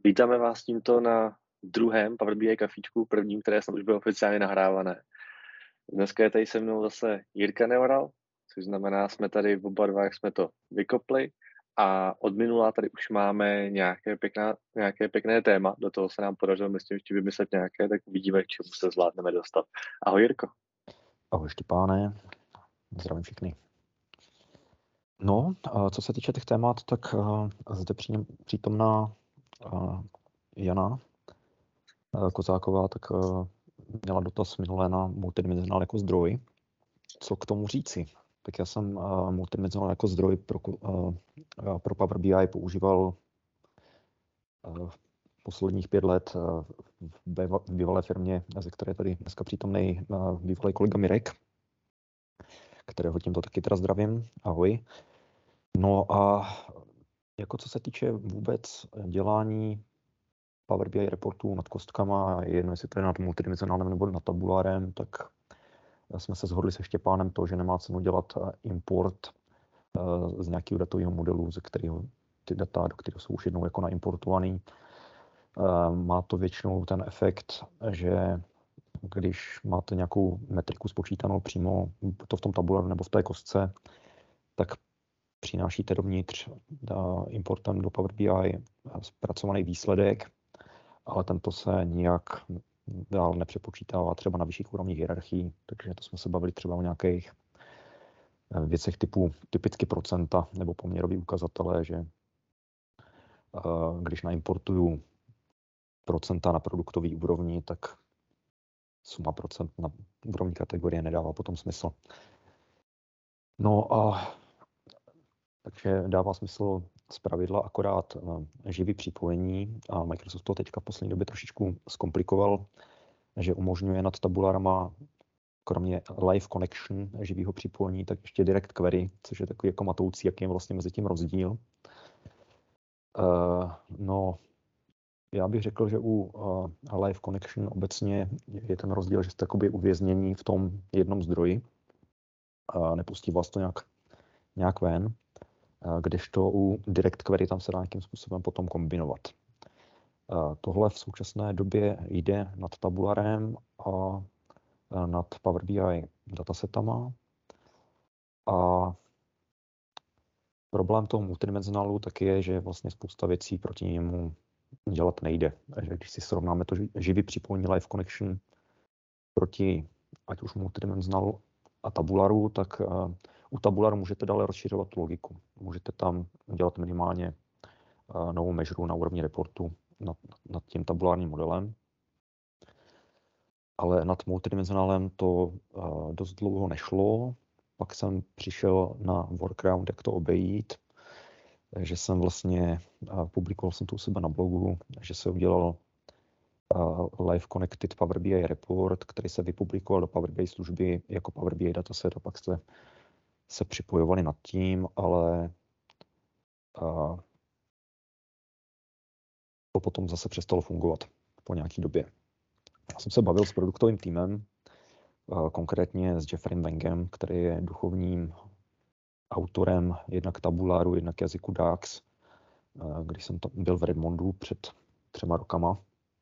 Vítáme vás tímto na druhém Power BI kafíčku, prvním, které snad už bylo oficiálně nahrávané. Dneska je tady se mnou zase Jirka Neoral, což znamená, jsme tady oba dva, jak jsme to vykopli a od minula tady už máme nějaké pěkné téma, do toho se nám podařilo, myslím, ještě vymyslet nějaké, tak uvidíme, k čemu se zvládneme dostat. Ahoj Jirko. Ahoj Štěpáne, zdravím všechny. No, co se týče těch témat, tak zde přítomná Jana Kozáková tak měla dotaz minulé na multidimenzionál jako zdroj. Co k tomu říci? Tak já jsem multidimenzionál jako zdroj pro Power BI používal posledních 5 let v bývalé firmě, ze které je tady dneska přítomný bývalý kolega Mirek, kterého tímto taky teda zdravím. Ahoj. No a jako co se týče vůbec dělání Power BI reportů nad kostkama, jedno jestli to je nad multidimenzionálem nebo nad tabulárem, tak jsme se shodli se Štěpánem to, že nemá cenu dělat import z nějakého datového modelu, ze kterého ty data, do kterého jsou už jednou jako naimportovaný. Má to většinou ten efekt, že když máte nějakou metriku spočítanou přímo to v tom tabuláru nebo v té kostce, tak přinášíte dovnitř importem do Power BI zpracovaný výsledek, ale tento se nijak dál nepřepočítává třeba na vyšších úrovních hierarchii, takže to jsme se bavili třeba o nějakých věcech typu typicky procenta nebo poměrový ukazatele, že když naimportuju procenta na produktový úrovni, tak suma procent na úrovni kategorie nedává potom smysl. No a takže dává smysl zpravidla akorát živý připojení a Microsoft to teďka v poslední době trošičku zkomplikoval, že umožňuje nad tabulárama kromě live connection živého připojení, tak ještě direct query, což je takový jako matoucí, jaký je vlastně mezi tím rozdíl. No, já bych řekl, že u live connection obecně je ten rozdíl, že jste jakoby uvěznění v tom jednom zdroji a nepustí vás to nějak ven. Kdežto u direct query tam se dá nějakým způsobem potom kombinovat. Tohle v současné době jde nad tabulárem a nad Power BI datasetama. A problém toho multidimenzionálu taky je, že vlastně spousta věcí proti němu dělat nejde. Takže když si srovnáme to živý připojení live connection proti ať už multidimenzionálu a tabularu, tak u tabularu můžete dále rozšiřovat tu logiku. Můžete tam dělat minimálně novou measure na úrovni reportu nad tím tabulárním modelem. Ale nad multidimenzionálem to dost dlouho nešlo. Pak jsem přišel na workaround, jak to obejít. Takže jsem vlastně publikoval jsem to u sebe na blogu, že se udělal Live Connected Power BI report, který se vypublikoval do Power BI služby jako Power BI dataset a pak jste se připojovali nad tím, ale to potom zase přestalo fungovat po nějaké době. Já jsem se bavil s produktovým týmem, konkrétně s Jeffrey Wengem, který je duchovním autorem jednak tabuláru, jednak jazyku DAX, když jsem byl v Redmondu před 3 rokama.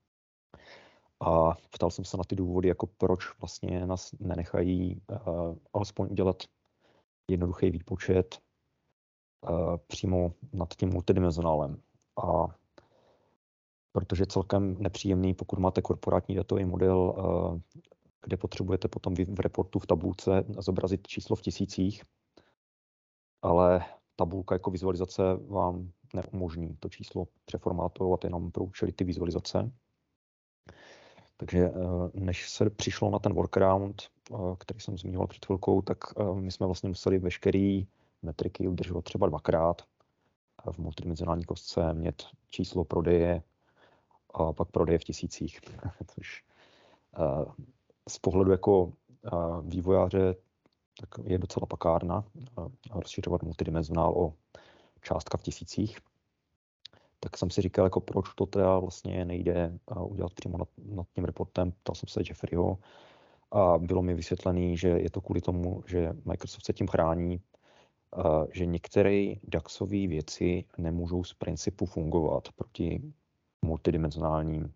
A ptal jsem se na ty důvody, jako proč vlastně nás nenechají alespoň udělat jednoduchý výpočet přímo nad tím multidimenzionálem. A protože je celkem nepříjemný, pokud máte korporátní datový model, kde potřebujete potom v reportu v tabulce zobrazit číslo v tisících, ale tabulka jako vizualizace vám neumožní to číslo přeformátovat jenom pro účely ty vizualizace. Takže než se přišlo na ten workaround, který jsem zmiňoval před chvilkou, tak my jsme vlastně museli veškeré metriky udržovat třeba 2krát. V multidimenzionální kostce mět číslo prodeje a pak prodeje v tisících. Což z pohledu jako vývojáře tak je docela pakárna rozšiřovat multidimenzionál o částka v tisících. Tak jsem si říkal, jako proč to teda vlastně nejde udělat přímo nad tím reportem. Ptal jsem se Jeffreyho a bylo mi vysvětlené, že je to kvůli tomu, že Microsoft se tím chrání, že některé DAXové věci nemůžou z principu fungovat proti multidimenzionálnímu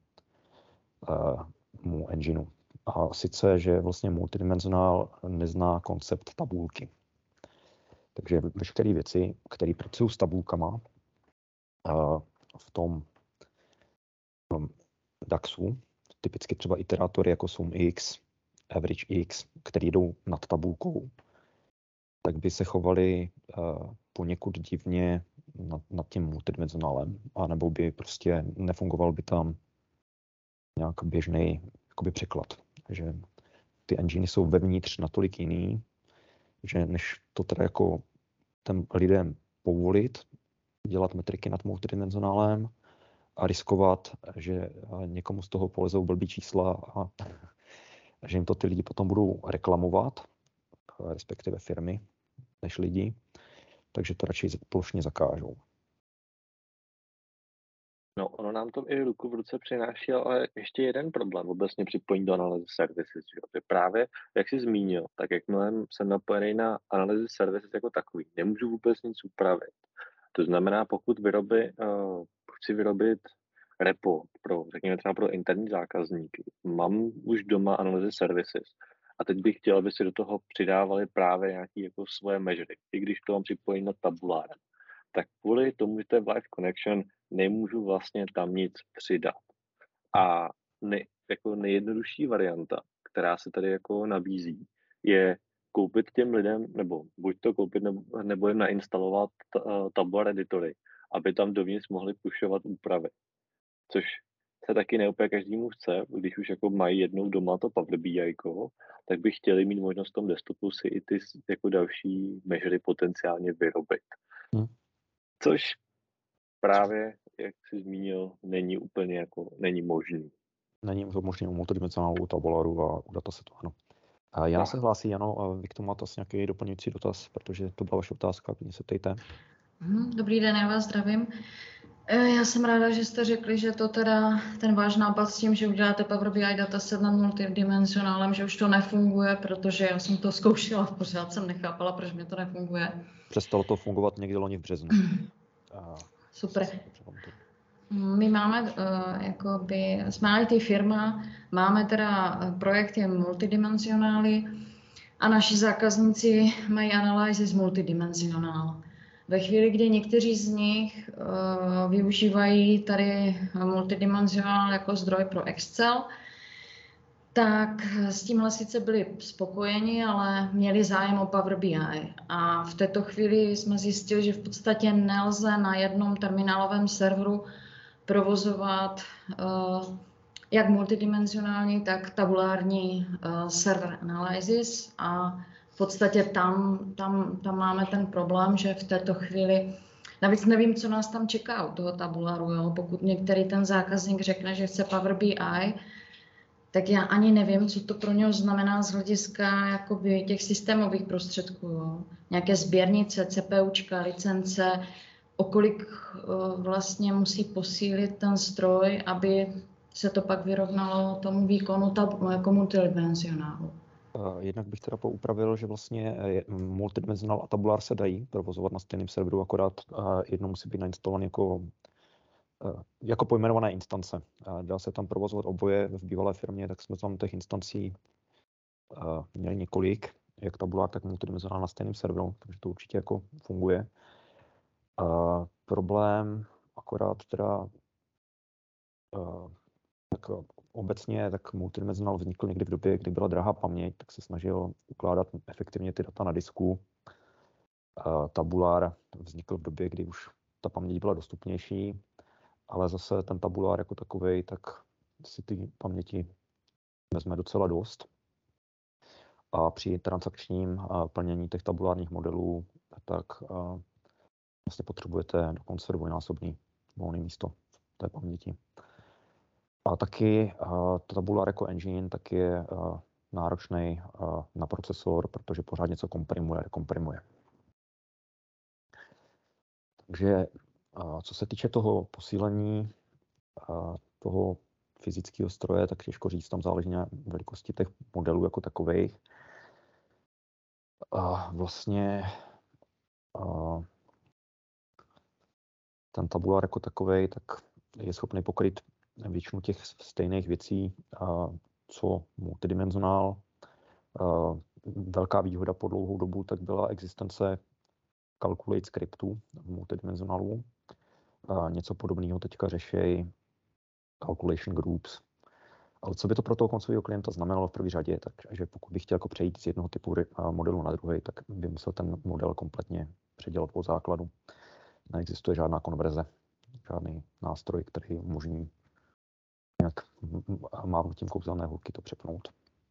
engineu. A sice, že vlastně multidimenzionál nezná koncept tabulky. Takže veškeré věci, které pracují s tabulkama v tom DAXu, typicky třeba iterátory jako SumX, AverageX, které jdou nad tabulkou, tak by se chovaly poněkud divně nad tím multidimenzionálem, anebo by prostě nefungoval by tam nějak běžný jakoby překlad. Že ty enginy jsou vevnitř natolik jiný, že než to teda jako ten lidem povolit, dělat metriky nad multidimenzionálem a riskovat, že někomu z toho polezou blbý čísla a že jim to ty lidi potom budou reklamovat, respektive firmy, než lidi, takže to radši plošně zakážou. No, ono nám to i ruku v ruce přináší, ale ještě jeden problém obecně připojení do analýzy services. Že právě, jak jsi zmínil, tak jakmile jsem napojený na analýzy services jako takový, nemůžu vůbec nic upravit. To znamená, pokud chci vyrobit repo řekněme třeba pro interní zákazníky, mám už doma analýzy services a teď bych chtěl, aby si do toho přidávali právě nějaké jako svoje measury, i když to mám připojení na tabulárem. Tak kvůli tomu, že to je live connection, nemůžu vlastně tam nic přidat. A jako nejjednodušší varianta, která se tady jako nabízí, je koupit těm lidem, nebo buď to koupit, nebo jim nainstalovat tabular editory, aby tam dovnitř mohli pušovat úpravy. Což se taky neúplně každému chce, když už jako mají jednou doma to Power BI, tak by chtěli mít možnost v tom desktopu si i ty jako další measury potenciálně vyrobit. Což právě, jak jsi zmínil, není možný. Není to možný u multidimenzionálů tabularu a u datasetu, ano. A Jana se hlásí, Jano, a vy k tomu máte asi nějaký doplňující dotaz, protože to byla vaše otázka, klidně se ptejte. Dobrý den, já vás zdravím. Já jsem ráda, že jste řekli, že to teda ten váš nápad s tím, že uděláte Power BI dataset nad multidimenzionálem, že už to nefunguje, protože já jsem to zkoušela, pořád jsem nechápala, proč mi to nefunguje. Přestalo to fungovat někdy loni v březnu. Super. My máme, jsme IT firma, máme teda projekty multidimenzionály a naši zákazníci mají analýzy z multidimenzionál. Ve chvíli, kdy někteří z nich využívají tady multidimenzionál jako zdroj pro Excel, tak s tímhle sice byli spokojeni, ale měli zájem o Power BI. A v této chvíli jsme zjistili, že v podstatě nelze na jednom terminálovém serveru provozovat jak multidimenzionální, tak tabulární server analysis a v podstatě tam máme ten problém, že v této chvíli, navíc nevím, co nás tam čeká u toho tabuláru, jo? Pokud některý ten zákazník řekne, že chce Power BI, tak já ani nevím, co to pro něho znamená z hlediska jakoby těch systémových prostředků. Jo? Nějaké sběrnice, CPUčka, licence, o kolik vlastně musí posílit ten stroj, aby se to pak vyrovnalo tomu výkonu jako multidimenzionálu. Jednak bych teda poupravil, že vlastně multidimenzionál a tabulár se dají provozovat na stejném serveru, akorát jedno musí být nainstalované jako pojmenované instance. Dá se tam provozovat oboje. V bývalé firmě, tak jsme tam těch instancí měli několik, jak tabulár, tak multidimenzionál na stejném serveru, takže to určitě jako funguje. Problém akorát teda tak obecně tak multidimenzionál vznikl někdy v době, kdy byla drahá paměť, tak se snažil ukládat efektivně ty data na disku. Tabulár vznikl v době, kdy už ta paměť byla dostupnější, ale zase ten tabulár jako takovej, tak si ty paměti vezme docela dost. A při transakčním plnění těch tabulárních modelů, tak vlastně potřebujete dokonce dvojnásobný volné místo v té paměti. A taky tabulár jako engine tak je náročný na procesor, protože pořád něco komprimuje. Takže co se týče toho posílení toho fyzického stroje, tak těžko říct, tam záleží na velikosti těch modelů jako takových. Vlastně ten tabulár jako takovej, tak je schopný pokryt většinu těch stejných věcí, co multidimenzionál. Velká výhoda po dlouhou dobu tak byla existence calculate scriptů v multidimenzionálu. Něco podobného teďka řeší calculation groups. Ale co by to pro toho koncového klienta znamenalo v první řadě, takže pokud bych chtěl jako přejít z jednoho typu modelu na druhý, tak by musel ten model kompletně předělat od základu. Neexistuje žádná konverze, žádný nástroj, který umožní nějak mávnutím kouzelné hůlky to přepnout.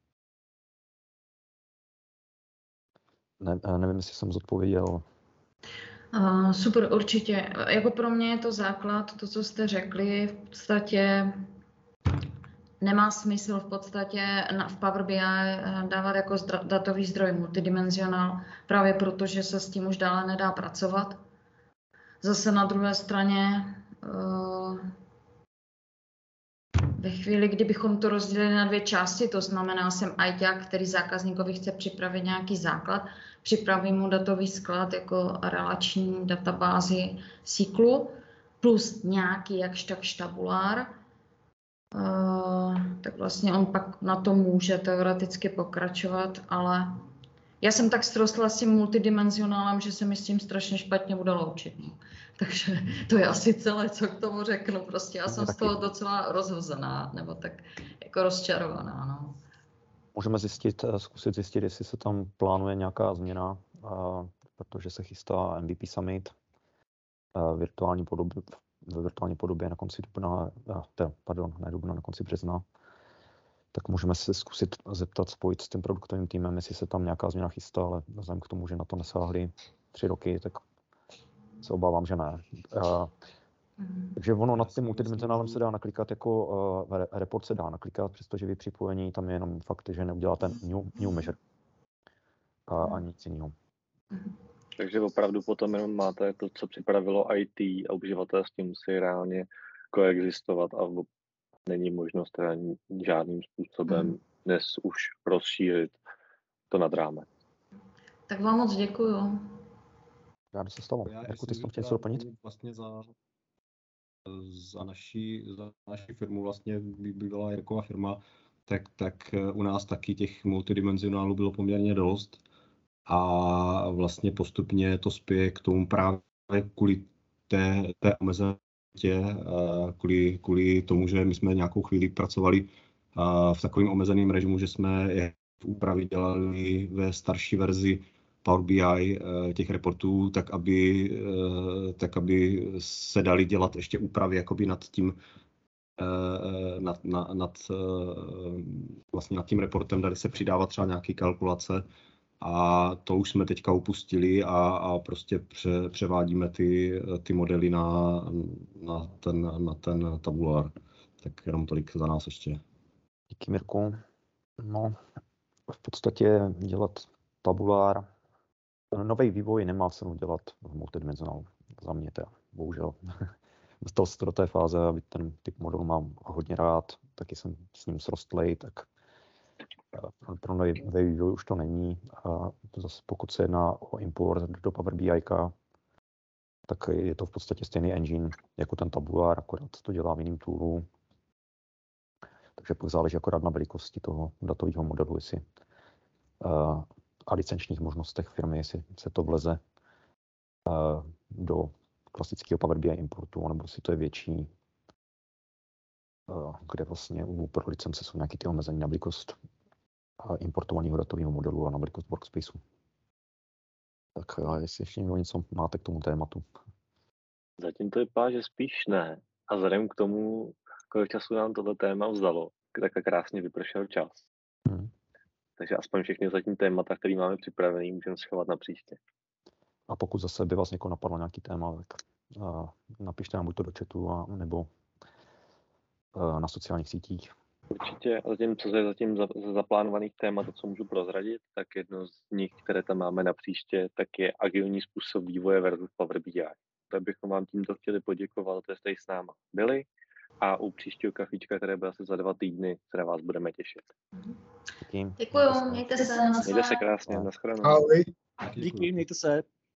Nevím, jestli jsem zodpověděl. Super, určitě. Jako pro mě je to základ, to, co jste řekli, v podstatě nemá smysl v podstatě v Power BI dávat jako datový zdroj multidimenzionál, právě protože se s tím už dále nedá pracovat. Zase na druhé straně, ve chvíli, kdybychom to rozdělili na dvě části, to znamená, jsem ajťák, který zákazníkovi chce připravit nějaký základ, připravím mu datový sklad jako relační databázi SQLu, plus nějaký jakž takž tabulár, tak vlastně on pak na to může teoreticky pokračovat, ale já jsem tak strostla s tím multidimenzionálem, že se mi s tím strašně špatně bude loučit. No. Takže to je asi celé, co k tomu řeknu. Prostě já jsem z toho docela rozhozená, nebo tak jako rozčarovaná. No. Můžeme zkusit zjistit, jestli se tam plánuje nějaká změna, protože se chystá MVP Summit ve virtuální podobě na konci dubna, na konci března. Tak můžeme se zkusit zeptat, spojit s tím produktovým týmem, jestli se tam nějaká změna chystá, ale vzhledem k tomu, že na to nesáhli 3 roky, tak se obávám, že ne. Takže ono nad tím multidimenzionálem se dá naklikat, jako report se dá naklikat, přestože vy připojení tam je jenom fakt, že neuděláte new measure a nic jiného. Takže opravdu potom jenom máte to, co připravilo IT a uživatel s tím musí reálně koexistovat a není možnost teda žádným způsobem dnes už rozšířit to nad rámec. Tak vám moc děkuju. Já se stalo. Jako ty jsi chtěl něco doplnit? Vlastně za naší firmu vlastně byla Jirkova firma, tak u nás taky těch multidimenzionálů bylo poměrně dost a vlastně postupně to spěje k tomu právě kvůli té omezené, kvůli tomu, že my jsme nějakou chvíli pracovali v takovém omezeném režimu, že jsme úpravy dělali ve starší verzi Power BI těch reportů, tak aby se dali dělat ještě úpravy jakoby nad tím vlastně nad tím reportem, dali se přidávat třeba nějaké kalkulace a to už jsme teďka upustili a prostě převádíme ty modely na ten tabulár. Tak jenom tolik za nás ještě. Díky, Mirku. No, v podstatě dělat tabulár, nový vývoj nemá cenu dělat v multidimenzionálu. Za mě teda, bohužel. Dostal se to do té fáze, aby ten typ modelu mám hodně rád, taky jsem s ním srostlej, tak pro nový vývoj už to není. A zase pokud se jedná o import do Power BI, tak je to v podstatě stejný engine jako ten tabulár, akorát to dělá v jiném toolu. Takže pak záleží akorát na velikosti toho datového modelu, jestli a licenčních možnostech firmy, jestli se to vleze do klasického Power BI importu, nebo si to je větší, kde vlastně pro licence jsou nějaké ty omezení na velikost importovaného datového modelu a na velikost workspaceu. Tak jestli ještě něco máte k tomu tématu. Zatím to vypadá, že spíš ne. A vzhledem k tomu, kolik času nám toto téma vzalo, tak krásně vypršel čas. Takže aspoň všechny zatím témata, které máme připravené, můžeme schovat na příště. A pokud zase by vás někoho napadlo nějaký téma, tak napište nám buď to do chatu, nebo na sociálních sítích. Určitě. A zatím, co je zatím zaplánovaných témat, to, co můžu prozradit, tak jedno z nich, které tam máme na příště, tak je agilní způsob vývoje versus Power BI. Tak bychom vám tímto chtěli poděkovat, že jste s náma byli. A u příštího kafička, které bude asi za 2 týdny, se na vás budeme těšit. Děkuju, mějte se. Mějte se krásně, nashledanou. Díky, mějte se.